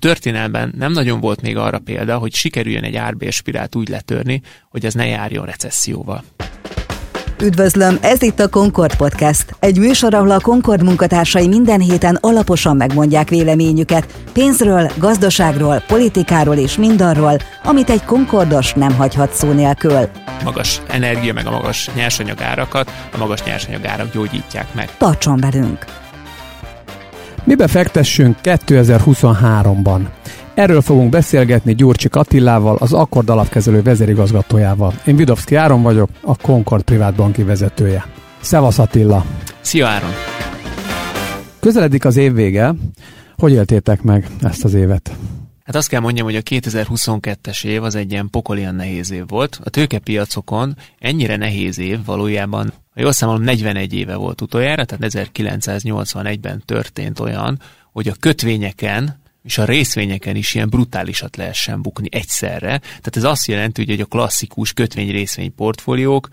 történelemben nem nagyon volt még arra példa, hogy sikerüljön egy árbérspirált úgy letörni, hogy ez ne járjon recesszióval. Üdvözlöm, ez itt a Concord Podcast. Egy műsor, ahol a Concord munkatársai minden héten alaposan megmondják véleményüket pénzről, gazdaságról, politikáról és mindarról, amit egy Concordos nem hagyhat szó nélkül. Magas energia meg a magas nyersanyagárakat a magas nyersanyagárak gyógyítják meg. Tartson velünk! Mibe fektessünk 2023-ban? Erről fogunk beszélgetni Gyurcsik Attilával, az Akkord alapkezelő vezérigazgatójával. Én Vidovszky Áron vagyok, a Concord privátbanki vezetője. Szevasz Attila! Szia Áron! Közeledik az év vége. Hogy éltétek meg ezt az évet? Hát azt kell mondjam, hogy a 2022-es év az egy ilyen pokolian nehéz év volt. A tőkepiacokon ennyire nehéz év valójában, ha jól számolom, 41 éve volt utoljára, tehát 1981-ben történt olyan, hogy a kötvényeken és a részvényeken is ilyen brutálisat lehessen bukni egyszerre. Tehát ez azt jelenti, hogy a klasszikus kötvény-részvény portfóliók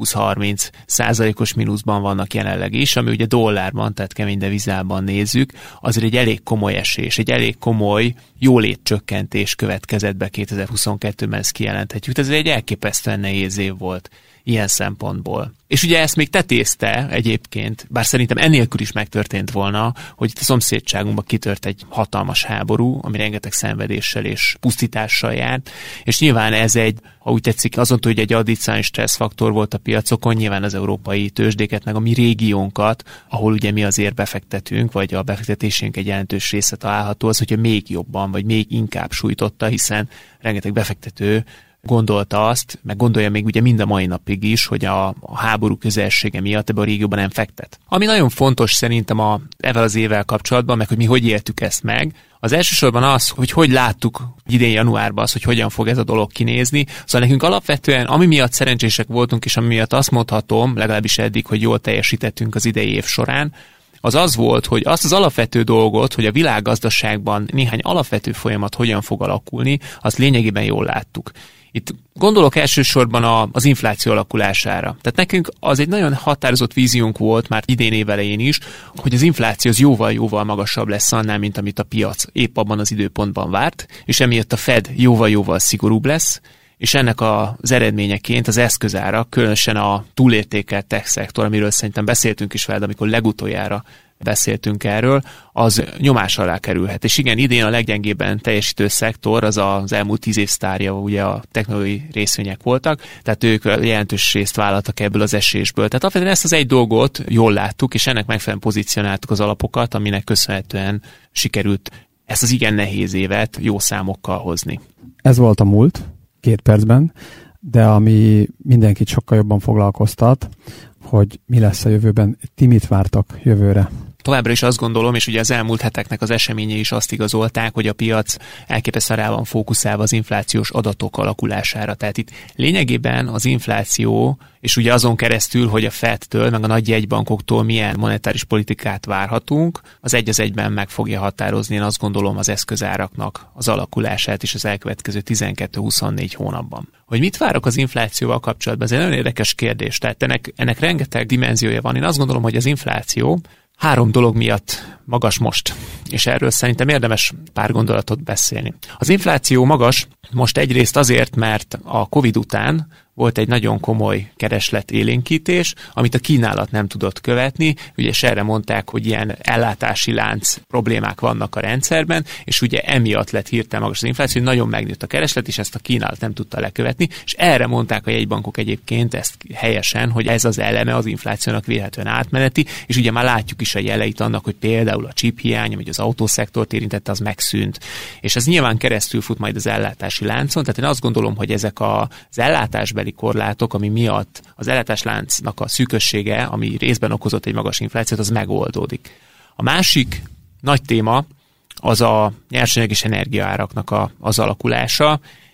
20-30% mínuszban vannak jelenleg is, ami ugye dollárban, tehát kemény devizában nézzük, azért egy elég komoly esés, egy elég komoly jólétcsökkentés következett be 2022-ben, ezt kijelenthetjük. Ez egy elképesztően nehéz év volt ilyen szempontból. És ugye ezt még tetézte egyébként, bár szerintem ennélkül is megtörtént volna, hogy itt a szomszédságunkban kitört egy hatalmas háború, ami rengeteg szenvedéssel és pusztítással járt, és nyilván ez egy, ha úgy tetszik, azon túl, hogy egy addicionális stresszfaktor volt a piacokon, nyilván az európai tőzsdéket, meg a mi régiónkat, ahol ugye mi azért befektetünk, vagy a befektetésünk egy jelentős része található, az, hogyha még jobban, vagy még inkább sújtotta, hiszen rengeteg befektető gondolta azt, meg gondolja még ugye mind a mai napig is, hogy a háború közelsége miatt ebben a régióban nem fektet. Ami nagyon fontos szerintem ezzel az évvel kapcsolatban, meg hogy mi hogy éltük ezt meg, az elsősorban az, hogy láttuk idén januárban azt, hogy hogyan fog ez a dolog kinézni. Szóval nekünk alapvetően, ami miatt szerencsések voltunk, és ami miatt azt mondhatom, legalábbis eddig, hogy jól teljesítettünk az idei év során, az volt, hogy azt az alapvető dolgot, hogy a világgazdaságban néhány alapvető folyamat hogyan fog alakulni, azt lényegében jól láttuk. Itt gondolok elsősorban az infláció alakulására. Tehát nekünk az egy nagyon határozott víziónk volt már idén évelején is, hogy az infláció az jóval-jóval magasabb lesz annál, mint amit a piac épp abban az időpontban várt, és emiatt a Fed jóval-jóval szigorúbb lesz, és ennek az eredményeként az eszközárak, különösen a túlértékelt tech szektor, amiről szerintem beszéltünk is veled, amikor legutoljára beszéltünk erről, az nyomás alá kerülhet. És igen, idén a leggyengébben teljesítő szektor az az elmúlt 10 év sztárja, ugye a technológiai részvények voltak, tehát ők jelentős részt vállaltak ebből az esésből. Tehát alapvetően ezt az egy dolgot jól láttuk, és ennek megfelelően pozícionáltuk az alapokat, aminek köszönhetően sikerült ezt az igen nehéz évet jó számokkal hozni. Ez volt a múlt 2 percben, de ami mindenkit sokkal jobban foglalkoztat, hogy mi lesz a jövőben. Ti mit vártak jövőre? Továbbra is azt gondolom, és ugye az elmúlt heteknek az eseményei is azt igazolták, hogy a piac elképesztően rá van fókuszálva az inflációs adatok alakulására. Tehát itt lényegében az infláció, és ugye azon keresztül, hogy a Fedtől, meg a nagy jegybankoktól milyen monetáris politikát várhatunk, az egy egyben meg fogja határozni, én azt gondolom, az eszközáraknak az alakulását is az elkövetkező 12-24 hónapban. Hogy mit várok az inflációval kapcsolatban, ez egy nagyon érdekes kérdés. Tehát ennek rengeteg dimenziója van. Én azt gondolom, hogy az infláció 3 dolog miatt magas most, és erről szerintem érdemes pár gondolatot beszélni. Az infláció magas most egyrészt azért, mert a Covid után volt egy nagyon komoly keresletélénkítés, amit a kínálat nem tudott követni, ugye és erre mondták, hogy ilyen ellátási lánc problémák vannak a rendszerben, és ugye emiatt lett hirtelen magas az infláció, hogy nagyon megnőtt a kereslet, és ezt a kínálat nem tudta lekövetni, és erre mondták a jegybankok egyébként ezt helyesen, hogy ez az eleme az inflációnak vélhetően átmeneti, és ugye már látjuk is a jeleit annak, hogy például a chip hiány, vagy az autószektort érintette, az megszűnt. És ez nyilván keresztül fut majd az ellátási láncon, tehát én azt gondolom, hogy ezek az ellátásbeli korlátok, ami miatt az ellátásláncnak a szűkössége, ami részben okozott egy magas inflációt, az megoldódik. A másik nagy téma az a nyersanyag és energiaáraknak az alakulása,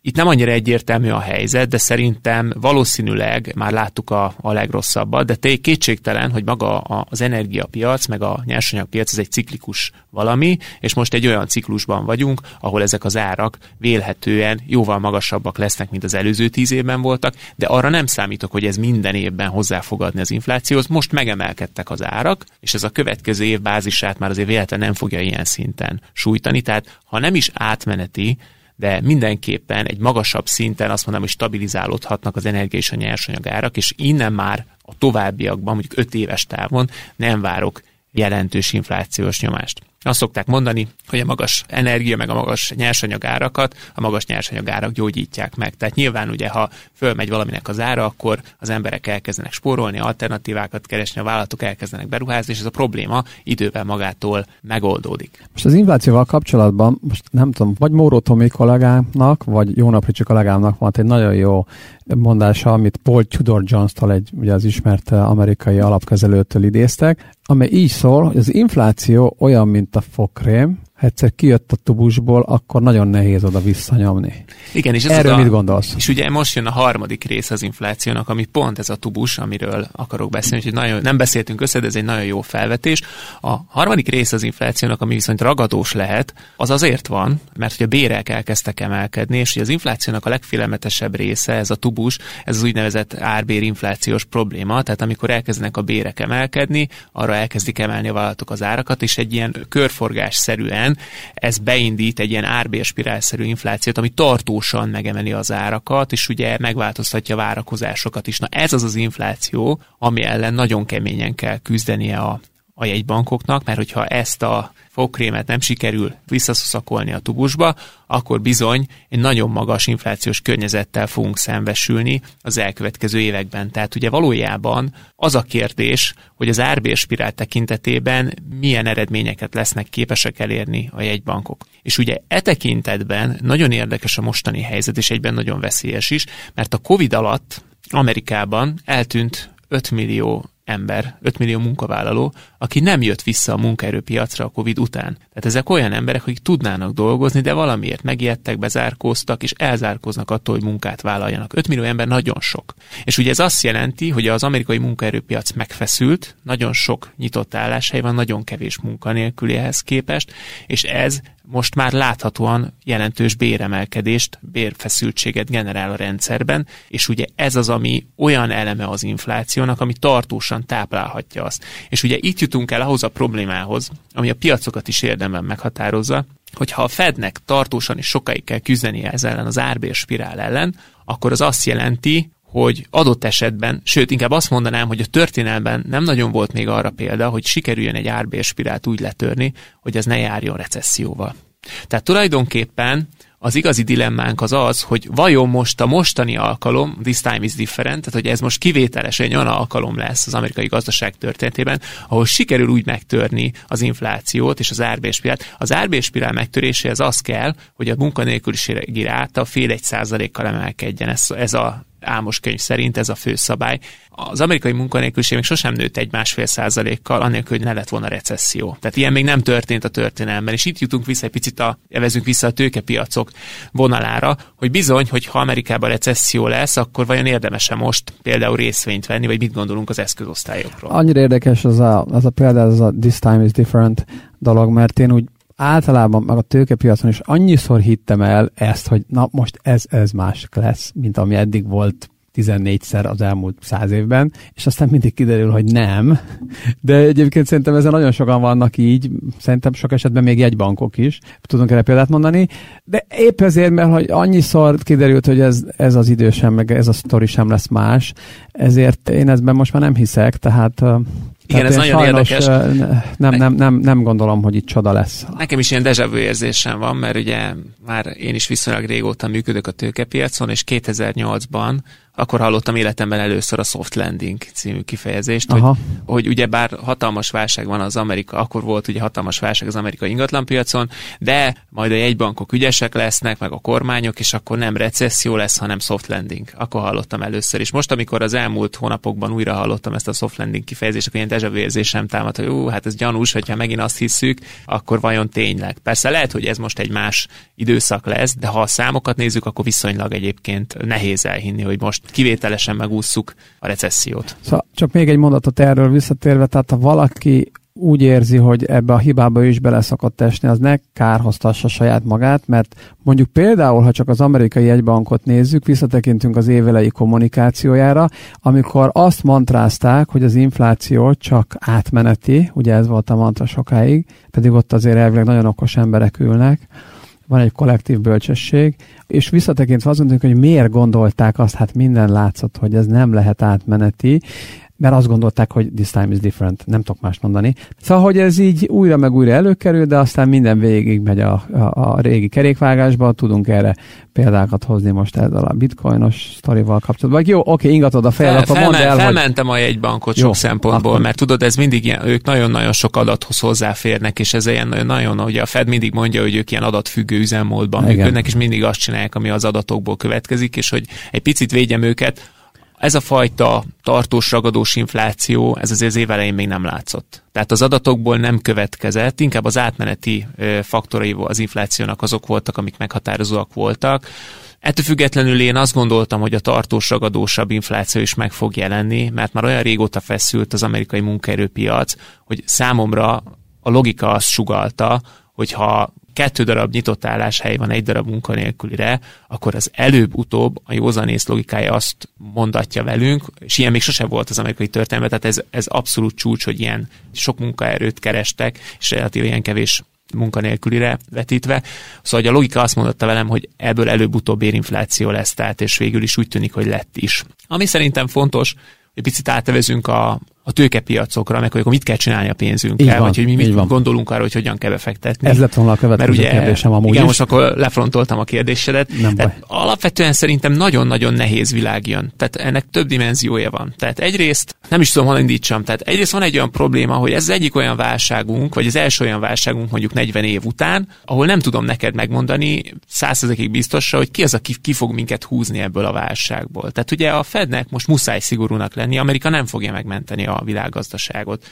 Itt nem annyira egyértelmű a helyzet, de szerintem valószínűleg már láttuk a legrosszabbat, de kétségtelen, hogy maga az energiapiac, meg a nyersanyagpiac ez egy ciklikus valami, és most egy olyan ciklusban vagyunk, ahol ezek az árak vélhetően jóval magasabbak lesznek, mint az előző 10 évben voltak, de arra nem számítok, hogy ez minden évben hozzá fog adni az inflációhoz. Most megemelkedtek az árak, és ez a következő év bázisát már azért véletlenül nem fogja ilyen szinten sújtani, tehát ha nem is átmeneti, de mindenképpen egy magasabb szinten azt mondom, hogy stabilizálódhatnak az energia és a nyersanyag árak, és innen már a továbbiakban, mondjuk 5 éves távon nem várok jelentős inflációs nyomást. Azt szokták mondani, hogy a magas energia meg a magas nyersanyagárakat a magas nyersanyagárak gyógyítják meg. Tehát nyilván ugye, ha fölmegy valaminek az ára, akkor az emberek elkezdenek spórolni, alternatívákat keresni, a vállalatok elkezdenek beruházni, és ez a probléma idővel magától megoldódik. Most az inflációval kapcsolatban, most nem tudom, vagy Móró Tomi kollégámnak, vagy Jónap Ricsi kollégámnak van egy nagyon jó mondása, amit Paul Tudor Jones-tól, ugye az ismert amerikai alapkezelőtől idéztek, amely így szól, hogy az infláció olyan, mint a fogkrém, ha egyszer kijött a tubusból, akkor nagyon nehéz oda visszanyomni. Igen, és erről mit gondolsz? És ugye most jön a harmadik rész az inflációnak, ami pont ez a tubus, amiről akarok beszélni, hogy nagyon, nem beszéltünk össze, de ez egy nagyon jó felvetés. A harmadik rész az inflációnak, ami viszont ragadós lehet, az azért van, mert hogy a bérek elkezdtek emelkedni, és hogy az inflációnak a legfélelmetesebb része, ez a tubus, ez az úgynevezett árbérinflációs probléma, tehát amikor elkezdenek a bérek emelkedni, arra elkezdik emelni a vállalatok az árakat, és egy ilyen körforgásszerűen ez beindít egy ilyen árbérspirálszerű inflációt, ami tartósan megemeli az árakat, és ugye megváltoztatja a várakozásokat is. Na ez az az infláció, ami ellen nagyon keményen kell küzdenie a jegybankoknak, mert hogyha ezt a fogkrémet nem sikerül visszaszuszakolni a tubusba, akkor bizony egy nagyon magas inflációs környezettel fogunk szembesülni az elkövetkező években. Tehát ugye valójában az a kérdés, hogy az árbérspirál tekintetében milyen eredményeket lesznek képesek elérni a jegybankok. És ugye e tekintetben nagyon érdekes a mostani helyzet, és egyben nagyon veszélyes is, mert a Covid alatt Amerikában eltűnt 5 millió ember, 5 millió munkavállaló, aki nem jött vissza a munkaerőpiacra a Covid után. Tehát ezek olyan emberek, akik tudnának dolgozni, de valamiért megijedtek, bezárkóztak, és elzárkóznak attól, hogy munkát vállaljanak. 5 millió ember nagyon sok. És ugye ez azt jelenti, hogy az amerikai munkaerőpiac megfeszült, nagyon sok nyitott álláshely van, nagyon kevés munkanélküli ehhez képest, és ez most már láthatóan jelentős béremelkedést, bérfeszültséget generál a rendszerben, és ugye ez az, ami olyan eleme az inflációnak, ami tartósan táplálhatja azt. És ugye itt jutunk el ahhoz a problémához, ami a piacokat is érdemben meghatározza, hogyha a Fednek tartósan és sokáig kell küzdenie ezzel ellen az árbérspirál ellen, akkor az azt jelenti, hogy adott esetben, sőt, inkább azt mondanám, hogy a történelemben nem nagyon volt még arra példa, hogy sikerüljön egy árbérspirált úgy letörni, hogy ez ne járjon recesszióval. Tehát tulajdonképpen az igazi dilemmánk az, hogy vajon most a mostani alkalom, this time is different, tehát hogy ez most kivételesen egy olyan alkalom lesz az amerikai gazdaság történetében, ahol sikerül úgy megtörni az inflációt és az árbérspirált. Az árbérspirál megtöréséhez az kell, hogy a munkanélküliségi ráta 0,5% emelkedjen. Ez a álmos könyv szerint ez a fő szabály. Az amerikai munkanélküliség még sosem nőtt 1,5%-kal, annélkül, hogy ne lett volna recesszió. Tehát ilyen még nem történt a történelemben, és itt jutunk vissza egy picit evezünk vissza a tőkepiacok vonalára, hogy bizony, hogy ha Amerikában recesszió lesz, akkor vajon érdemes-e most például részvényt venni, vagy mit gondolunk az eszközosztályokról? Annyira érdekes az a példa, ez a this time is different dolog, mert én úgy általában meg a tőkepiacon is annyiszor hittem el ezt, hogy na most ez másik lesz, mint ami eddig volt 14-szer az elmúlt 100 évben, és aztán mindig kiderül, hogy nem. De egyébként szerintem ezen nagyon sokan vannak így, szerintem sok esetben még jegybankok is, tudunk erre példát mondani, de épp ezért, mert hogy annyiszor kiderült, hogy ez az idő sem, meg ez a sztori sem lesz más, ezért én ezben most már nem hiszek, tehát igen, ez nagyon érdekes. Nem gondolom, hogy itt csoda lesz. Nekem is ilyen déjà vu érzésem van, mert ugye már én is viszonylag régóta működök a tőkepiacon, és 2008-ban akkor hallottam életemben először a soft landing című kifejezést, hogy ugye bár hatalmas válság van akkor volt ugye hatalmas válság az amerikai ingatlanpiacon, de majd a jegybankok ügyesek lesznek, meg a kormányok, és akkor nem recesszió lesz, hanem soft landing. Akkor hallottam először is. Most, amikor az elmúlt hónapokban újra hallottam ezt a soft landing kifejezést, akkor ilyen déjà vu érzésem támad, hogy hát ez gyanús, hogyha megint azt hisszük, akkor vajon tényleg. Persze lehet, hogy ez most egy más időszak lesz, de ha a számokat nézzük, akkor viszonylag egyébként nehéz elhinni, hogy most kivételesen megússzuk a recessziót. Szóval csak még egy mondatot erről visszatérve, tehát ha valaki úgy érzi, hogy ebbe a hibába is bele szokott esni, az ne kárhoztassa saját magát, mert mondjuk például, ha csak az amerikai jegybankot nézzük, visszatekintünk az évelei kommunikációjára, amikor azt mantrázták, hogy az infláció csak átmeneti, ugye ez volt a mantra sokáig, pedig ott azért elvileg nagyon okos emberek ülnek, van egy kollektív bölcsesség, és visszatekintve azt mondjuk, hogy miért gondolták azt, hát minden látszott, hogy ez nem lehet átmeneti, mert azt gondolták, hogy this time is different, nem tudok mást mondani. Szóval, hogy ez így újra meg újra előkerül, de aztán minden végig megy a régi kerékvágásba, tudunk erre példákat hozni most ezzel a bitcoinos sztorival kapcsolatban. Jó, oké, ingatod a fejed, akkor mondd el, felmentem a jegybankot sok szempontból, akkor. Mert tudod, ez mindig ilyen, ők nagyon-nagyon sok adathoz hozzáférnek, és ez ilyen nagyon, ugye a Fed mindig mondja, hogy ők ilyen adatfüggő üzemmódban működnek, és mindig azt csinálják, ami az adatokból következik, és hogy egy picit védjem őket. Ez a fajta tartós ragadós infláció, ez azért az év elején még nem látszott. Tehát az adatokból nem következett, inkább az átmeneti faktorai az inflációnak azok voltak, amik meghatározóak voltak. Ettől függetlenül én azt gondoltam, hogy a tartós ragadósabb infláció is meg fog jelenni, mert már olyan régóta feszült az amerikai munkaerőpiac, hogy számomra a logika azt sugallta, hogyha 2 darab nyitott álláshely van 1 darab munkanélkülire, akkor az előbb-utóbb a józanész logikája azt mondatja velünk, és ilyen még sosem volt az amerikai történelemben, tehát ez abszolút csúcs, hogy ilyen sok munkaerőt kerestek, és relatív ilyen kevés munkanélkülire vetítve. Szóval a logika azt mondotta velem, hogy ebből előbb-utóbb érinfláció lesz, tehát és végül is úgy tűnik, hogy lett is. Ami szerintem fontos, hogy picit átvezünk a tőkepiacokra, meg hogy akkor mit kell csinálni a pénzünkkel, vagy hogy mi mit gondolunk arra, hogy hogyan kell befektetni. Ez lett volna a következő kérdésem amúgy igen, is. most akkor lefrontoltam a kérdésedet. Alapvetően szerintem nagyon-nagyon nehéz világ jön. Tehát ennek több dimenziója van. Tehát egyrészt, nem is tudom, hol indítsam, tehát egyrészt van egy olyan probléma, hogy ez az egyik olyan válságunk, vagy az első olyan válságunk mondjuk 40 év után, ahol nem tudom neked megmondani 100%-ig biztosra, hogy ki az, aki ki fog minket húzni ebből a válságból. Tehát ugye a Fednek most muszáj szigorúnak lenni, Amerika nem fogja megmenteni a világgazdaságot.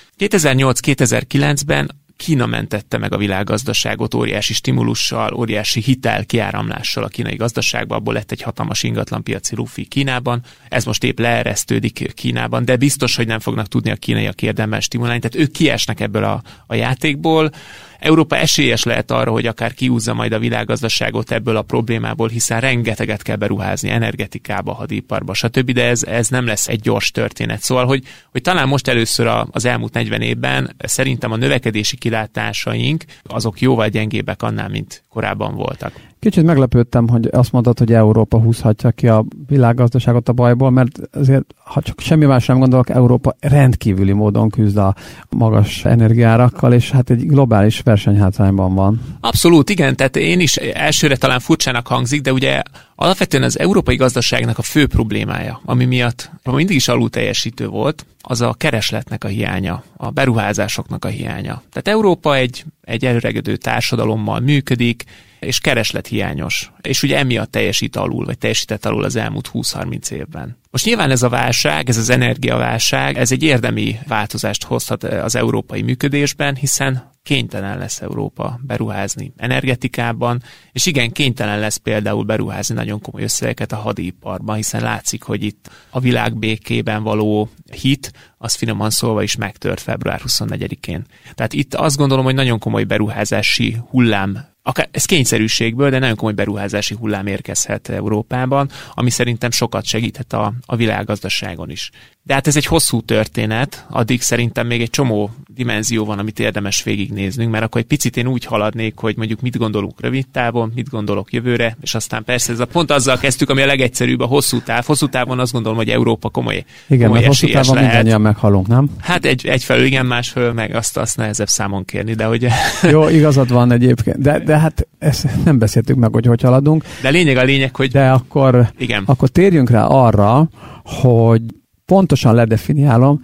2008-2009-ben Kína mentette meg a világgazdaságot óriási stimulussal, óriási hitel kiáramlással a kínai gazdaságba, abból lett egy hatalmas ingatlanpiaci lufi Kínában. Ez most épp leeresztődik Kínában, de biztos, hogy nem fognak tudni a kínaiak érdemben stimulálni, tehát ők kiesnek ebből a játékból. Európa esélyes lehet arra, hogy akár kiúzza majd a világgazdaságot ebből a problémából, hiszen rengeteget kell beruházni energetikába, hadiparba, stb., de ez nem lesz egy gyors történet. Szóval, hogy talán most először az elmúlt 40 évben szerintem a növekedési kilátásaink azok jóval gyengébbek annál, mint korábban voltak. Kicsit meglepődtem, hogy azt mondtad, hogy Európa húzhatja ki a világgazdaságot a bajból, mert azért, ha csak semmi más nem gondolok, Európa rendkívüli módon küzd a magas energiárakkal, és hát egy globális versenyhátrányban van. Abszolút, igen, tehát én is elsőre talán furcsának hangzik, de ugye alapvetően az európai gazdaságnak a fő problémája, ami miatt mindig is alulteljesítő volt, az a keresletnek a hiánya, a beruházásoknak a hiánya. Tehát Európa egy előregedő társadalommal működik, és kereslethiányos. És ugye emiatt teljesített alul az elmúlt 20-30 évben. Most nyilván ez a válság, ez az energiaválság, ez egy érdemi változást hozhat az európai működésben, hiszen kénytelen lesz Európa beruházni energetikában, és igen, kénytelen lesz például beruházni nagyon komoly összegeket a hadiparban, hiszen látszik, hogy itt a világbékében való hit, az finoman szólva is megtört február 24-én. Tehát itt azt gondolom, hogy nagyon komoly beruházási hullám, akár ez kényszerűségből, de nagyon komoly beruházási hullám érkezhet Európában, ami szerintem sokat segíthet a világgazdaságon is. De hát ez egy hosszú történet, addig szerintem még egy csomó dimenzió van, amit érdemes végignéznünk, mert akkor egy picit én úgy haladnék, hogy mondjuk mit gondolunk rövid távon, mit gondolok jövőre, és aztán persze pont azzal kezdtük, ami a legegyszerűbb, a hosszú táv. Hosszú távon azt gondolom, hogy Európa komoly mert hosszú távon lehet. Mindannyian meghalunk, nem? Hát egyfelől igen, másfelől meg azt nehezebb számon kérni, de hogy... Jó, igazad van egyébként, de hát ezt nem beszéltük meg, hogy haladunk. De a lényeg, hogy... De akkor térjünk rá arra, hogy pontosan ledefiniálom,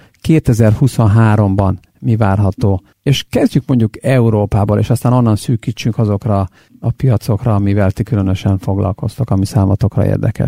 2023-ban mi várható. És kezdjük mondjuk Európából, és aztán onnan szűkítsünk azokra a piacokra, amivel ti különösen foglalkoztok, ami számotokra érdekes.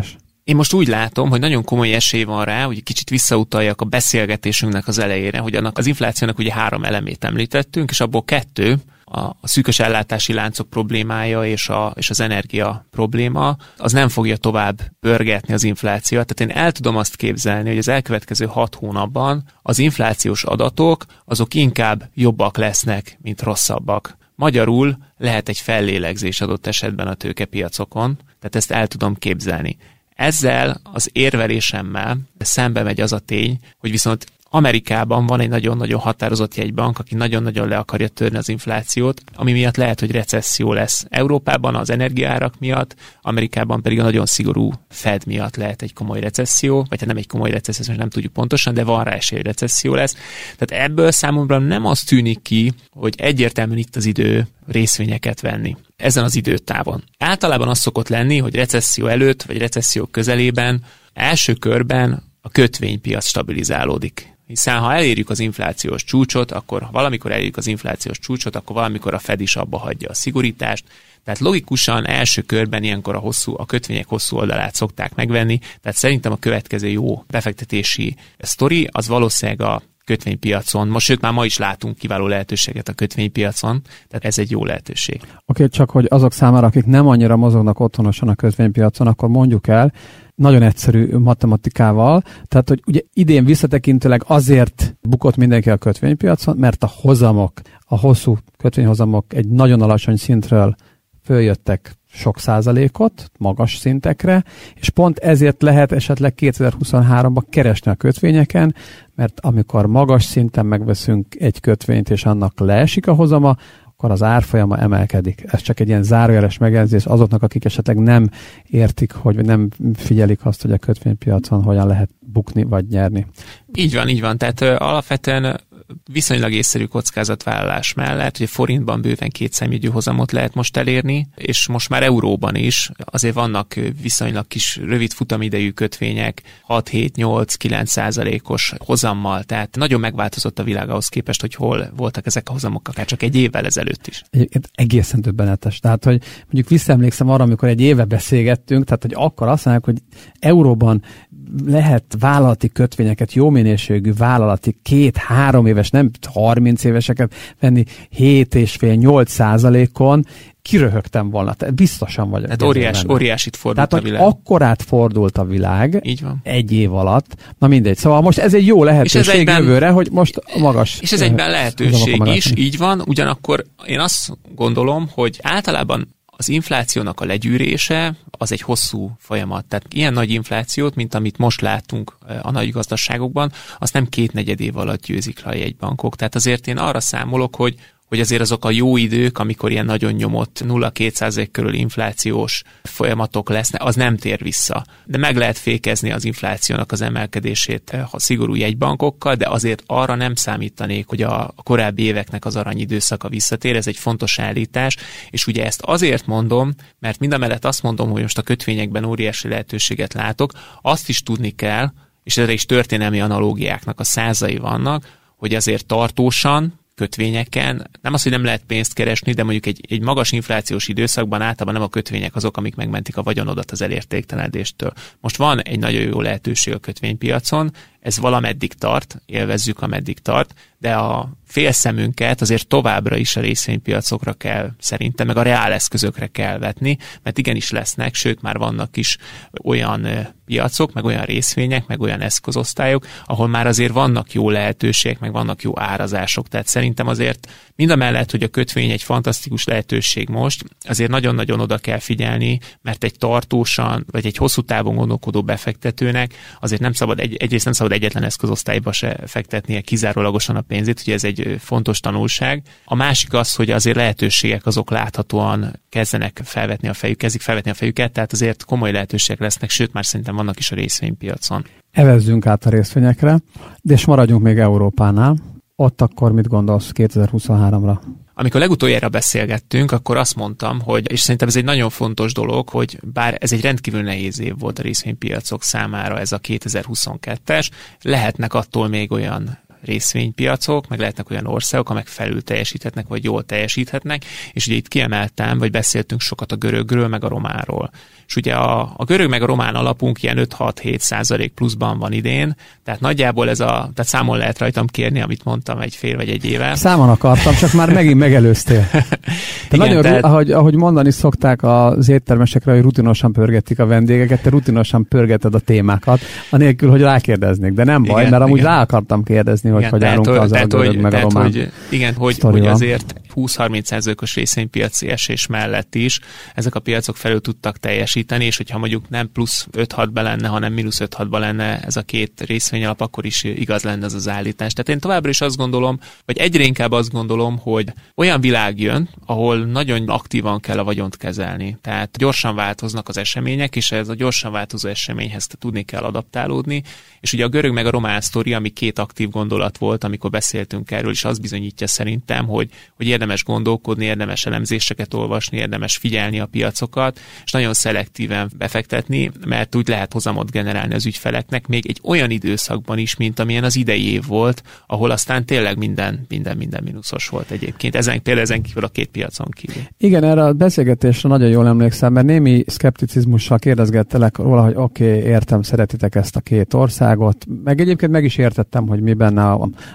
Én most úgy látom, hogy nagyon komoly esély van rá, hogy kicsit visszautaljak a beszélgetésünknek az elejére, hogy annak az inflációnak ugye 3 elemét említettünk, és abból 2, a szűkös ellátási láncok problémája és az energia probléma, az nem fogja tovább pörgetni az inflációt. Tehát én el tudom azt képzelni, hogy az elkövetkező 6 hónapban az inflációs adatok azok inkább jobbak lesznek, mint rosszabbak. Magyarul lehet egy fellélegzés adott esetben a tőkepiacokon, tehát ezt el tudom képzelni. Ezzel az érvelésemmel szembe megy az a tény, hogy viszont Amerikában van egy nagyon-nagyon határozott jegybank, aki nagyon-nagyon le akarja törni az inflációt, ami miatt lehet, hogy recesszió lesz. Európában az energiaárak miatt, Amerikában pedig a nagyon szigorú Fed miatt lehet egy komoly recesszió, vagy nem egy komoly recesszió, most nem tudjuk pontosan, de van rá esély, hogy recesszió lesz. Tehát ebből számomra nem az tűnik ki, hogy egyértelműen itt az idő részvényeket venni ezen az időtávon. Általában az szokott lenni, hogy recesszió előtt, vagy recesszió közelében első körben a kötvénypiac stabilizálódik. Hiszen ha elérjük az inflációs csúcsot, akkor ha valamikor elérjük az inflációs csúcsot, akkor valamikor a Fed is abba hagyja a szigorítást. Tehát logikusan első körben ilyenkor a kötvények hosszú oldalát szokták megvenni. Tehát szerintem a következő jó befektetési sztori az valószínűleg a kötvénypiacon. Sőt, már ma is látunk kiváló lehetőséget a kötvénypiacon, tehát ez egy jó lehetőség. Oké, csak hogy azok számára, akik nem annyira mozognak otthonosan a kötvénypiacon, akkor mondjuk el, nagyon egyszerű matematikával, tehát hogy ugye idén visszatekintőleg azért bukott mindenki a kötvénypiacon, mert a hozamok, a hosszú kötvényhozamok egy nagyon alacsony szintről följöttek sok százalékot, magas szintekre, és pont ezért lehet esetleg 2023-ban keresni a kötvényeken, mert amikor magas szinten megveszünk egy kötvényt, és annak leesik a hozama, akkor az árfolyama emelkedik. Ez csak egy ilyen zárójeles megjegyzés azoknak, akik esetleg nem értik, hogy nem figyelik azt, hogy a kötvénypiacon hogyan lehet bukni vagy nyerni. Így van. Tehát alapvetően viszonylag észszerű kockázatvállalás mellett, hogy forintban bőven 2 számjegyű hozamot lehet most elérni, és most már euróban is azért vannak viszonylag kis rövid futamidejű kötvények 6-7-8-9% hozammal, tehát nagyon megváltozott a világ ahhoz képest, hogy hol voltak ezek a hozamok, akár csak egy évvel ezelőtt is. Egészen döbbenetes. Tehát, hogy mondjuk visszaemlékszem arra, amikor egy éve beszélgettünk, tehát, hogy akkor azt mondják, hogy euróban lehet vállalati kötvényeket, jó minőségű vállalati 2-3 éves, nem 30 éveseket venni 7,5-8%-on, kiröhögtem volna. Tehát biztosan vagyok. Tehát óriásit fordult a világ. Akkorát fordult a világ. Így van. Egy év alatt. Na mindegy. Szóval most ez egy jó lehetőség jövőre, hogy most magas. És ez egyben lehetőség is, így van. Ugyanakkor én azt gondolom, hogy általában az inflációnak a legyűrése az egy hosszú folyamat. Tehát ilyen nagy inflációt, mint amit most látunk a nagy gazdaságokban, azt nem 2-4 év alatt győzik le a jegybankok. Tehát azért én arra számolok, hogy azért azok a jó idők, amikor ilyen nagyon nyomott 0,2% körül inflációs folyamatok lesznek, az nem tér vissza. De meg lehet fékezni az inflációnak az emelkedését a szigorú jegybankokkal, de azért arra nem számítanék, hogy a korábbi éveknek az aranyidőszaka visszatér, ez egy fontos állítás, és ugye ezt azért mondom, mert mindamellett azt mondom, hogy most a kötvényekben óriási lehetőséget látok, azt is tudni kell, és erre is történelmi analógiáknak a százai vannak, hogy azért tartósan, kötvényeken, nem az, hogy nem lehet pénzt keresni, de mondjuk egy magas inflációs időszakban általában nem a kötvények azok, amik megmentik a vagyonodat az elértéktelenedéstől. Most van egy nagyon jó lehetőség a kötvénypiacon, ez valameddig tart, élvezzük, ameddig tart, de a félszemünket azért továbbra is a részvénypiacokra kell szerintem, meg a reáleszközökre kell vetni, mert igenis lesznek, sőt már vannak is olyan piacok, meg olyan részvények, meg olyan eszközosztályok, ahol már azért vannak jó lehetőségek, meg vannak jó árazások. Tehát szerintem azért mindamellett, hogy a kötvény egy fantasztikus lehetőség most, azért nagyon-nagyon oda kell figyelni, mert egy tartósan, vagy egy hosszú távon gondolkodó befektetőnek azért nem szabad, egyrészt nem szabad egyetlen eszközosztályba se fektetnie kizárólagosan a pénzét, ugye ez egy fontos tanulság. A másik az, hogy azért lehetőségek azok láthatóan kezdik felvetni a fejüket, tehát azért komoly lehetőségek lesznek, sőt már szerintem vannak is a részvénypiacon. Evezzünk át a részvényekre, de és maradjunk még Európánál. Ott akkor mit gondolsz 2023-ra? Amikor legutoljára beszélgettünk, akkor azt mondtam, hogy, és szerintem ez egy nagyon fontos dolog, hogy bár ez egy rendkívül nehéz év volt a részvénypiacok számára, ez a 2022-es, lehetnek attól még olyan részvénypiacok, meg lehetnek olyan országok, amelyek felül teljesíthetnek, vagy jól teljesíthetnek, és ugye itt kiemeltem, vagy beszéltünk sokat a görögről, meg a románról. És ugye a görög meg a román alapunk ilyen 5-6-7% pluszban van idén, tehát nagyjából tehát számon lehet rajtam kérni, amit mondtam egy fél vagy egy éve. Számon akartam, csak már megint megelőztél. Ahogy mondani szokták az éttermesekre, hogy rutinosan pörgetik a vendégeket, te rutinosan pörgeted a témákat, anélkül, hogy rákérdeznék. De nem baj, mert amúgy rá akartam kérdezni, hogy állunk az a görög meg a román. Hogy azért 20-30%-os részvénypiaci esés mellett is ezek a piacok felül tudtak teljesíteni, és hogyha mondjuk nem plusz 5-6-ba lenne, hanem mínusz 5-6-ba lenne ez a két részvényalap, akkor is igaz lenne ez az állítás. Tehát én továbbra is azt gondolom, vagy egyre inkább azt gondolom, hogy olyan világ jön, ahol nagyon aktívan kell a vagyont kezelni. Tehát gyorsan változnak az események, és ez a gyorsan változó eseményhez tudni kell adaptálódni, és ugye a görög meg a román sztori, ami két aktív gondolat volt, amikor beszéltünk erről, és az bizonyítja szerintem, hogy érdemes gondolkodni, érdemes elemzéseket olvasni, érdemes figyelni a piacokat, és nagyon szelektíven befektetni, mert úgy lehet hozamot generálni az ügyfeleknek, még egy olyan időszakban is, mint amilyen az idei év volt, ahol aztán tényleg minden mínuszos volt egyébként. Ezen kívül a két piacon kívül. Igen, erre a beszélgetésre nagyon jól emlékszem, mert némi szkepticizmussal kérdezgettelek róla, hogy oké, értem, szeretitek ezt a két országot, meg egyébként meg is értettem, hogy mi benne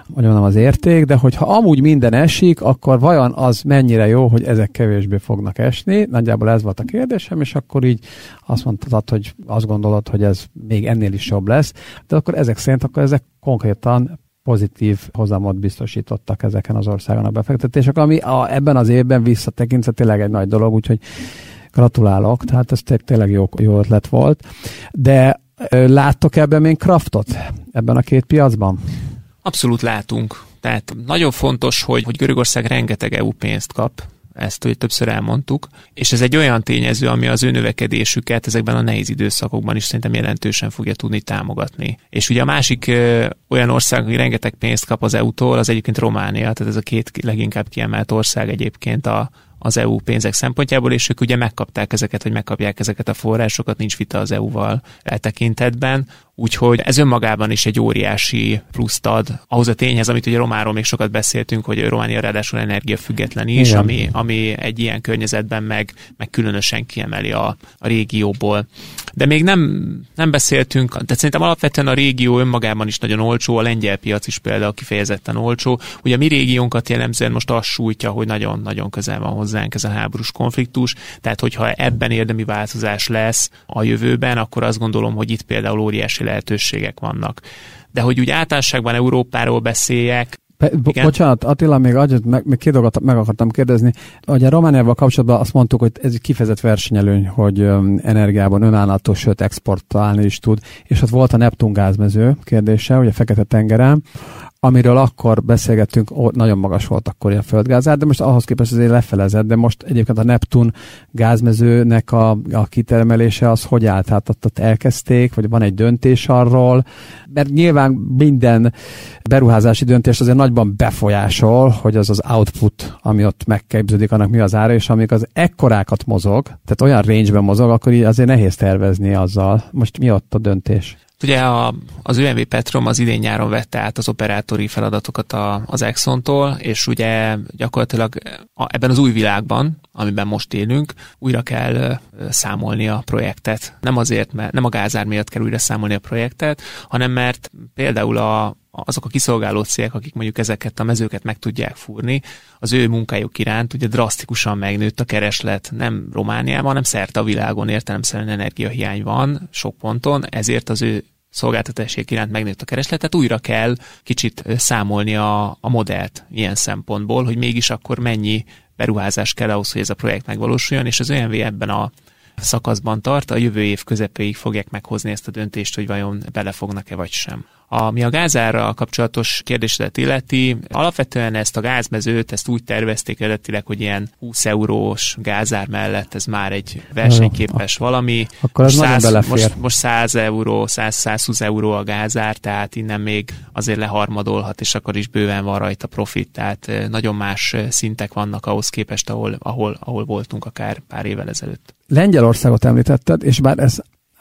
az érték, de hogyha amúgy minden esik, akkor vajon az mennyire jó, hogy ezek kevésbé fognak esni? Nagyjából ez volt a kérdésem, és akkor így azt mondtad, hogy azt gondolod, hogy ez még ennél is jobb lesz, de akkor ezek szerint ezek konkrétan pozitív hozamot biztosítottak ezeken az országon a befektetések, ami ebben az évben visszatekintve tényleg egy nagy dolog, úgyhogy gratulálok, tehát ez tényleg jó ötlet volt. De láttok ebben még kraftot ebben a két piacban? Abszolút látunk. Tehát nagyon fontos, hogy Görögország rengeteg EU pénzt kap, ezt ugye többször elmondtuk, és ez egy olyan tényező, ami az ő növekedésüket ezekben a nehéz időszakokban is szerintem jelentősen fogja tudni támogatni. És ugye a másik olyan ország, aki rengeteg pénzt kap az EU-tól, az egyébként Románia, tehát ez a két leginkább kiemelt ország egyébként az EU pénzek szempontjából, és ők ugye megkapták ezeket, vagy megkapják ezeket a forrásokat, nincs vita az EU-val eltekintetben, úgyhogy ez önmagában is egy óriási pluszt ad ahhoz a tényhez, amit ugye Romáról még sokat beszéltünk, hogy Románia ráadásul energiafüggetlen is, ami egy ilyen környezetben meg különösen kiemeli a régióból. De még nem beszéltünk, tehát szerintem alapvetően a régió önmagában is nagyon olcsó, a lengyel piac is például kifejezetten olcsó. Ugye a mi régiónkat jellemzően most azt sújtja, hogy nagyon-nagyon közel van hozzánk ez a háborús konfliktus, tehát hogyha ebben érdemi változás lesz a jövőben, akkor azt gondolom, hogy itt például óriási lehetőségek vannak. De hogy úgy általánosságban Európáról beszéljek, Bocsánat, Attila, még két dolgot meg akartam kérdezni. Ugye Romániával kapcsolatban azt mondtuk, hogy ez egy kifejezett versenyelőny, hogy energiában önállátó, sőt exportálni is tud. És ott volt a Neptun gázmező kérdése, ugye Fekete-tengeren, amiről akkor beszélgettünk, nagyon magas volt akkor a földgázár, de most ahhoz képest azért lefelezett, de most egyébként a Neptun gázmezőnek a kitermelése az hogy állt? Tehát ott elkezdték, vagy van egy döntés arról, mert nyilván minden beruházási döntés azért nagyban befolyásol, hogy az output, ami ott megképződik, annak mi az ára, és amíg az ekkorákat mozog, tehát olyan range-ben mozog, akkor így azért nehéz tervezni azzal. Most mi ott a döntés? Ugye az ÖMV Petrom az idén nyáron vette át az operátori feladatokat az Exxontól, és ugye gyakorlatilag ebben az új világban, amiben most élünk, újra kell számolni a projektet. Nem azért, mert nem a gázár miatt kell újra számolni a projektet, hanem mert például azok a kiszolgáló cégek, akik mondjuk ezeket a mezőket meg tudják fúrni, az ő munkájuk iránt ugye drasztikusan megnőtt a kereslet, nem Romániában, hanem szerte a világon értelemszerűen energiahiány van sok ponton, ezért az ő szolgáltatások iránt megnőtt a kereslet, tehát újra kell kicsit számolni a modellt ilyen szempontból, hogy mégis akkor mennyi beruházás kell ahhoz, hogy ez a projekt megvalósuljon, és az ÖMV ebben a szakaszban tart, a jövő év közepéig fogják meghozni ezt a döntést, hogy vajon belefognak-e vagy sem. Ami a gázárral kapcsolatos kérdésedet illeti, alapvetően ezt a gázmezőt, ezt úgy tervezték eredetileg, hogy ilyen 20 eurós gázár mellett ez már egy versenyképes valami. Akkor ez nagyon belefér. Most 100 euró, 100-120 euró a gázár, tehát innen még azért leharmadolhat, és akkor is bőven van rajta profit, tehát nagyon más szintek vannak ahhoz képest, ahol voltunk akár pár évvel ezelőtt. Lengyelországot említetted, és bár ez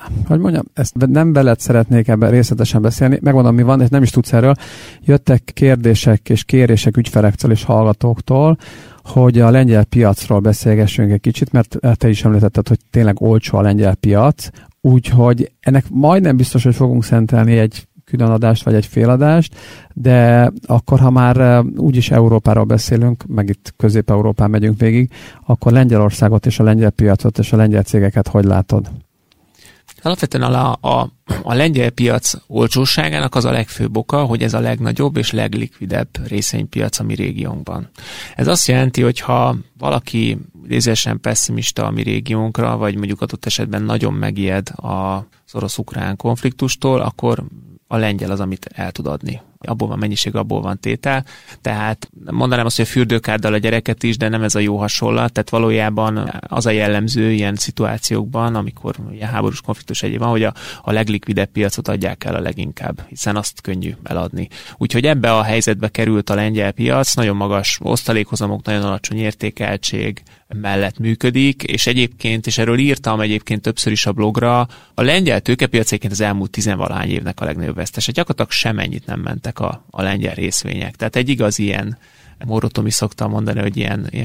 hogy mondjam, ezt nem veled szeretnék ebben részletesen beszélni, megmondom, mi van, és nem is tudsz erről. Jöttek kérdések és kérések ügyfelektől és hallgatóktól, hogy a lengyel piacról beszélgessünk egy kicsit, mert te is említetted, hogy tényleg olcsó a lengyel piac, úgyhogy ennek majdnem biztos, hogy fogunk szentelni egy különadást vagy egy féladást, de akkor, ha már úgyis Európáról beszélünk, meg itt Közép-Európán megyünk végig, akkor Lengyelországot és a lengyel piacot és a lengyel cégeket hogy látod? Alapvetően a lengyel piac olcsóságának az a legfőbb oka, hogy ez a legnagyobb és leglikvidebb részvénypiac a mi régiónkban. Ez azt jelenti, hogy ha valaki idézősen pessimista a mi régiónkra, vagy mondjuk adott esetben nagyon megijed az orosz-ukrán konfliktustól, akkor a lengyel az, amit el tud adni. Abból van mennyiség, abból van tétel. Tehát mondanám azt, hogy a fürdőkáddal a gyereket is, de nem ez a jó hasonlat. Tehát valójában az a jellemző ilyen szituációkban, amikor ilyen háborús konfliktus egyébben, hogy a leglikvidebb piacot adják el a leginkább, hiszen azt könnyű eladni. Úgyhogy ebbe a helyzetbe került a lengyel piac, nagyon magas osztalékhozamok, nagyon alacsony értékeltség mellett működik, és egyébként, és erről írtam egyébként többször is a blogra, a lengyel tőkepiac egyébként az elmúlt 10-valahány évnek a legnagyobb vesztese. Gyakorlatilag semennyit nem mentek a lengyel részvények. Tehát egy igaz ilyen, Morotomi szoktam mondani, hogy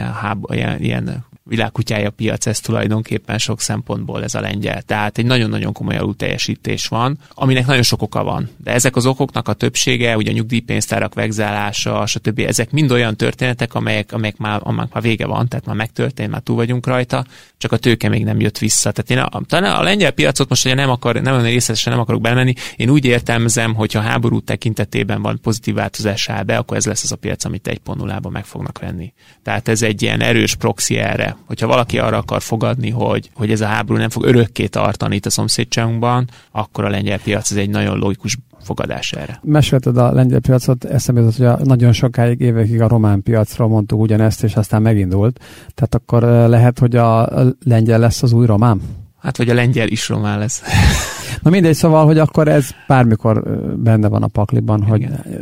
ilyen világkutyája piac, ez tulajdonképpen sok szempontból ez a lengyel. Tehát egy nagyon-nagyon komoly alulteljesítés van, aminek nagyon sok oka van. De ezek az okoknak a többsége, ugye a nyugdíjpénztárak vegzálása, stb. Ezek mind olyan történetek, amelyek már vége van, tehát már megtörtént, már túl vagyunk rajta, csak a tőke még nem jött vissza. Tehát talán a lengyel piacot most ugye nem olyan részletesen nem akarok belemenni, én úgy értelmezem, hogy ha háború tekintetében van pozitív változás áll be, akkor ez lesz az a piac, amit 1.0-ban meg fognak venni. Tehát ez egy ilyen erős proxy erre. Hogyha valaki arra akar fogadni, hogy ez a háború nem fog örökké tartani itt a szomszédságunkban, akkor a lengyel piac ez egy nagyon logikus fogadás erre. Mesélted a lengyel piacot, eszembe jutott, hogy nagyon sokáig, évekig a román piacról mondtuk ugyanezt, és aztán megindult. Tehát akkor lehet, hogy a lengyel lesz az új román? Hát, vagy a lengyel is román lesz. Na mindegy, szóval, hogy akkor ez bármikor benne van a pakliban, hogy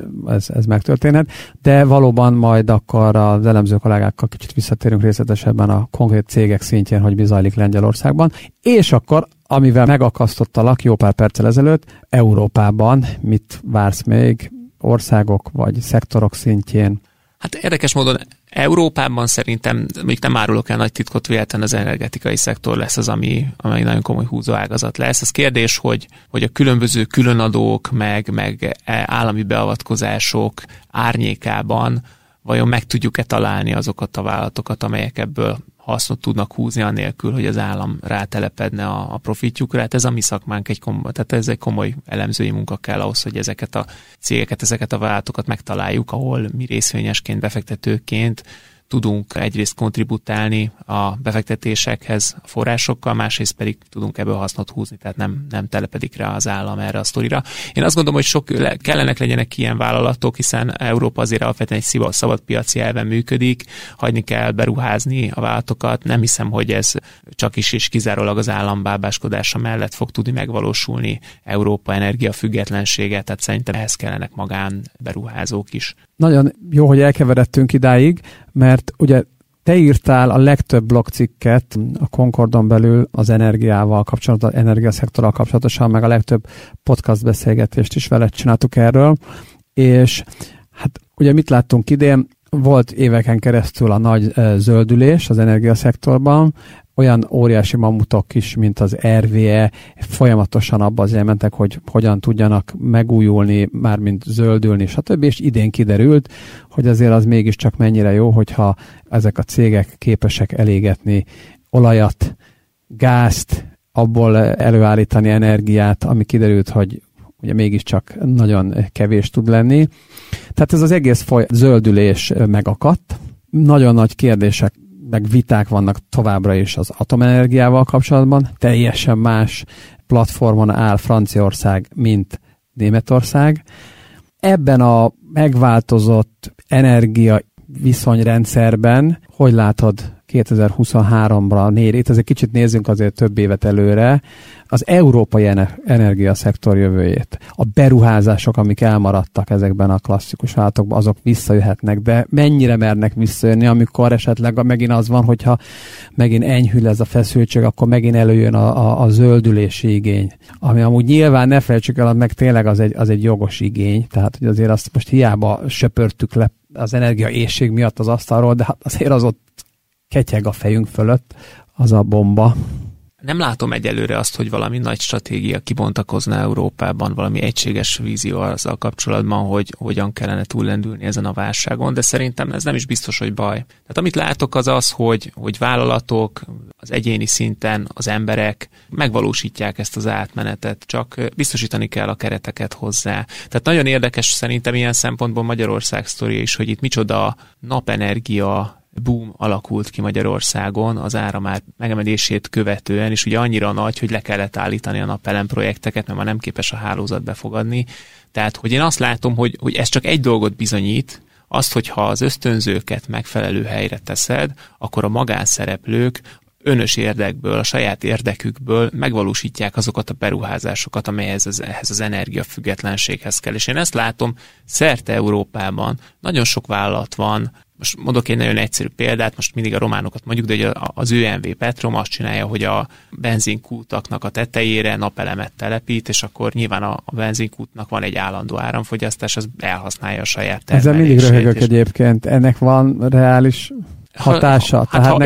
ez megtörténhet, de valóban majd akkor az elemző kollégákkal kicsit visszatérünk részletesebben a konkrét cégek szintjén, hogy mi zajlik Lengyelországban, és akkor, amivel megakasztottalak jó pár perccel ezelőtt, Európában mit vársz még országok vagy szektorok szintjén? Hát érdekes módon Európában szerintem, még nem árulok el nagy titkot, véletlenül az energetikai szektor lesz az, ami nagyon komoly húzóágazat lesz. Ez kérdés, hogy a különböző különadók, meg állami beavatkozások árnyékában vajon meg tudjuk-e találni azokat a vállalatokat, amelyek ebből hasznot tudnak húzni, anélkül, hogy az állam rátelepedne a profitjukra. Hát ez a mi szakmánk tehát ez egy komoly elemzői munka kell ahhoz, hogy ezeket a cégeket, ezeket a vállalatokat megtaláljuk, ahol mi részvényesként, befektetőként tudunk egyrészt kontributálni a befektetésekhez a forrásokkal, másrészt pedig tudunk ebből hasznot húzni, tehát nem telepedik rá az állam erre a sztorira. Én azt gondolom, hogy kellenek legyenek ilyen vállalatok, hiszen Európa azért alapvetően egy szabad piaci elven működik, hagyni kell beruházni a vállalatokat. Nem hiszem, hogy ez csak is és kizárólag az állam bábáskodása mellett fog tudni megvalósulni Európa energiafüggetlensége, tehát szerintem ehhez kellenek magánberuházók is. Nagyon jó, hogy elkeveredtünk idáig, mert ugye te írtál a legtöbb blogcikket a Concordon belül az energiával kapcsolatban, az energiaszektorral kapcsolatosan, meg a legtöbb podcast beszélgetést is veled csináltuk erről, és hát ugye mit láttunk idén? Volt éveken keresztül a nagy zöldülés az energiaszektorban, olyan óriási mamutok is, mint az RWE, folyamatosan abba az mentek, hogy hogyan tudjanak megújulni, mármint zöldülni, stb. És idén kiderült, hogy azért az mégiscsak mennyire jó, hogyha ezek a cégek képesek elégetni olajat, gázt, abból előállítani energiát, ami kiderült, hogy ugye mégiscsak nagyon kevés tud lenni. Tehát ez az egész zöldülés megakadt. Nagyon nagy kérdések meg viták vannak továbbra is az atomenergiával kapcsolatban. Teljesen más platformon áll Franciaország, mint Németország. Ebben a megváltozott energia viszonyrendszerben, hogy látod 2023-ra itt egy kicsit nézzünk azért több évet előre, az európai energiaszektor jövőjét. A beruházások, amik elmaradtak ezekben a klasszikus vállalatokban, azok visszajöhetnek, de mennyire mernek visszajönni, amikor esetleg megint az van, hogyha megint enyhül ez a feszültség, akkor megint előjön a zöldülési igény. Ami amúgy nyilván ne felejtsük el, meg tényleg az egy jogos igény, tehát hogy azért azt most hiába söpörtük le az energiaéhség miatt az asztalról, de hát azért az ott ketyeg a fejünk fölött, az a bomba. Nem látom egyelőre azt, hogy valami nagy stratégia kibontakozna Európában, valami egységes vízió azzal kapcsolatban, hogy hogyan kellene túllendülni ezen a válságon, de szerintem ez nem is biztos, hogy baj. Tehát amit látok az, hogy vállalatok az egyéni szinten, az emberek megvalósítják ezt az átmenetet, csak biztosítani kell a kereteket hozzá. Tehát nagyon érdekes szerintem ilyen szempontból Magyarország sztoria is, hogy itt micsoda napenergia boom alakult ki Magyarországon az áramár megemelését követően, és ugye annyira nagy, hogy le kellett állítani a napelem projekteket, mert már nem képes a hálózat befogadni. Tehát, hogy én azt látom, hogy ez csak egy dolgot bizonyít, azt, hogyha az ösztönzőket megfelelő helyre teszed, akkor a magánszereplők önös érdekből, a saját érdekükből megvalósítják azokat a beruházásokat, amelyhez ehhez az energiafüggetlenséghez kell. És én ezt látom szerte Európában. Nagyon sok vállalat van. Most mondok egy nagyon egyszerű példát, most mindig a románokat mondjuk, de az ÖMV Petrom azt csinálja, hogy a benzinkútaknak a tetejére napelemet telepít, és akkor nyilván a benzinkútnak van egy állandó áramfogyasztás, az elhasználja a saját termelését. Ezzel mindig röhögök egyébként. Ennek van reális hatása? Ha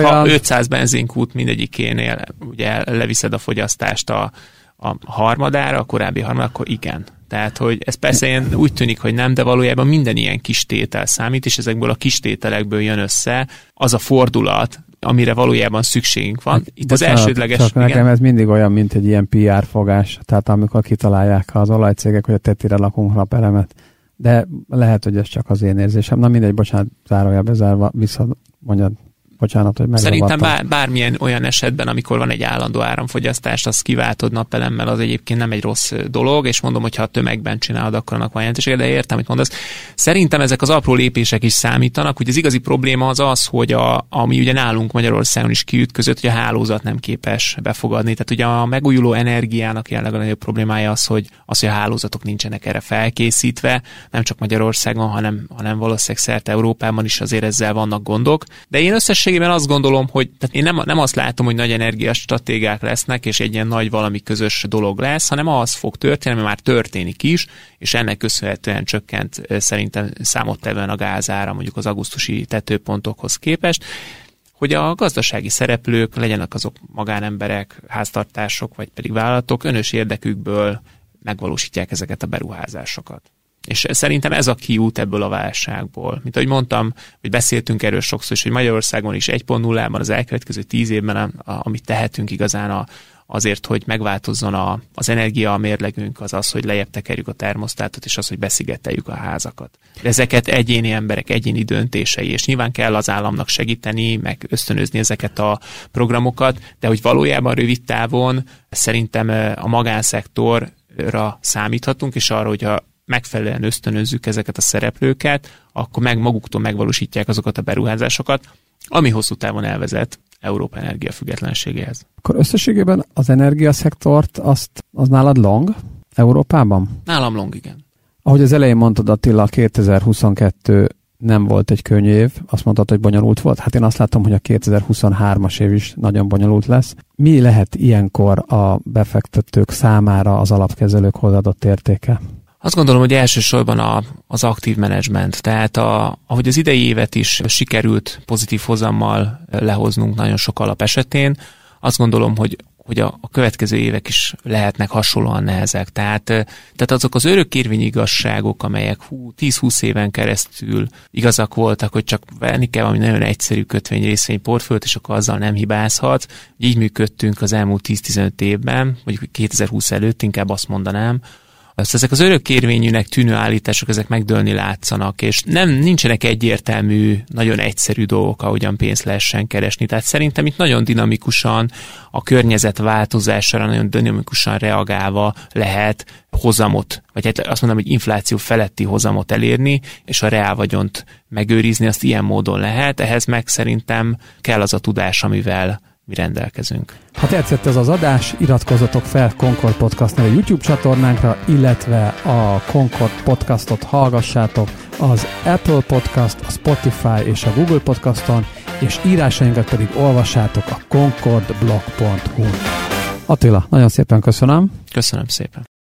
500 benzinkút mindegyikénél ugye leviszed a fogyasztást a harmadára, a korábbi harmadára, akkor igen. Tehát, hogy ez persze ilyen úgy tűnik, hogy nem, de valójában minden ilyen kis tétel számít, és ezekből a kis tételekből jön össze az a fordulat, amire valójában szükségünk van. Itt az elsődleges... Csak nekem ez mindig olyan, mint egy ilyen PR fogás, tehát amikor kitalálják az olajcégek, hogy a tetére lakunk napelemet. De lehet, hogy ez csak az én érzésem. Na mindegy, bocsánat, zárójelbe zárva, mondjad. Bocsánat, hogy szerintem bármilyen olyan esetben, amikor van egy állandó áramfogyasztás, azt kiváltod napelemmel, az egyébként nem egy rossz dolog, és mondom, hogy ha a tömegben csinálod, akkor annak van jelentősége, de értem, hogy mondasz. Szerintem ezek az apró lépések is számítanak, hogy az igazi probléma az, hogy ami ugye nálunk Magyarországon is kiütközött, hogy a hálózat nem képes befogadni. Tehát ugye a megújuló energiának jelenleg a nagyobb problémája az, hogy a hálózatok nincsenek erre felkészítve, nem csak Magyarországon, hanem valószínűleg szerte Európában is azért ezzel vannak gondok. De én összességében azt gondolom, hogy tehát én nem azt látom, hogy nagy energiastratégák lesznek, és egy ilyen nagy valami közös dolog lesz, hanem az fog történni, ami már történik is, és ennek köszönhetően csökkent szerintem számottevően a gázára mondjuk az augusztusi tetőpontokhoz képest, hogy a gazdasági szereplők, legyenek azok magánemberek, háztartások, vagy pedig vállalatok, önös érdekükből megvalósítják ezeket a beruházásokat. És szerintem ez a kiút ebből a válságból. Mint ahogy mondtam, hogy beszéltünk erről sokszor is, hogy Magyarországon is 1.0-ban az elkövetkező 10 évben, amit tehetünk igazán azért, hogy megváltozzon az energia mérlegünk, az, hogy lejjebb tekerjük a termosztátot, és az, hogy beszigeteljük a házakat. De ezeket egyéni emberek, egyéni döntései, és nyilván kell az államnak segíteni, meg ösztönözni ezeket a programokat, de hogy valójában rövid távon szerintem a magánszektorra számíthatunk, és arra, hogy megfelelően ösztönözzük ezeket a szereplőket, akkor maguktól megvalósítják azokat a beruházásokat, ami hosszú távon elvezet Európa energiafüggetlenségéhez. Akkor összességében az energiaszektort az nálad long Európában? Nálam long, igen. Ahogy az elején mondtad, Attila, 2022 nem volt egy könnyű év, azt mondtad, hogy bonyolult volt. Hát én azt látom, hogy a 2023-as év is nagyon bonyolult lesz. Mi lehet ilyenkor a befektetők számára az alapkezelők hozzáadott értéke? Azt gondolom, hogy elsősorban az aktív menedzsment, tehát ahogy az idei évet is sikerült pozitív hozammal lehoznunk nagyon sok alap esetén, azt gondolom, hogy a következő évek is lehetnek hasonlóan nehezek. Tehát azok az örökkérvényi igazságok, amelyek 10-20 éven keresztül igazak voltak, hogy csak venni kell valami nagyon egyszerű kötvény részvényportfóliót, és akkor azzal nem hibázhatsz. Így működtünk az elmúlt 10-15 évben, mondjuk 2020 előtt, inkább azt mondanám, Ezek az örökkérvényűnek tűnő állítások, ezek megdőlni látszanak, és nincsenek egyértelmű, nagyon egyszerű dolgok, ahogyan pénzt lehessen keresni. Tehát szerintem itt nagyon dinamikusan, a környezet változására nagyon dinamikusan reagálva lehet hozamot, vagy hát azt mondom, hogy infláció feletti hozamot elérni, és a reálvagyont megőrizni, azt ilyen módon lehet. Ehhez meg szerintem kell az a tudás, amivel mi rendelkezünk. Ha tetszett ez az adás, iratkozzatok fel Concord Podcast nevű YouTube csatornánkra, illetve a Concord Podcastot hallgassátok az Apple Podcast, a Spotify és a Google Podcaston, és írásainkat pedig olvassátok a concordblog.hu-n. Attila, nagyon szépen köszönöm. Köszönöm szépen.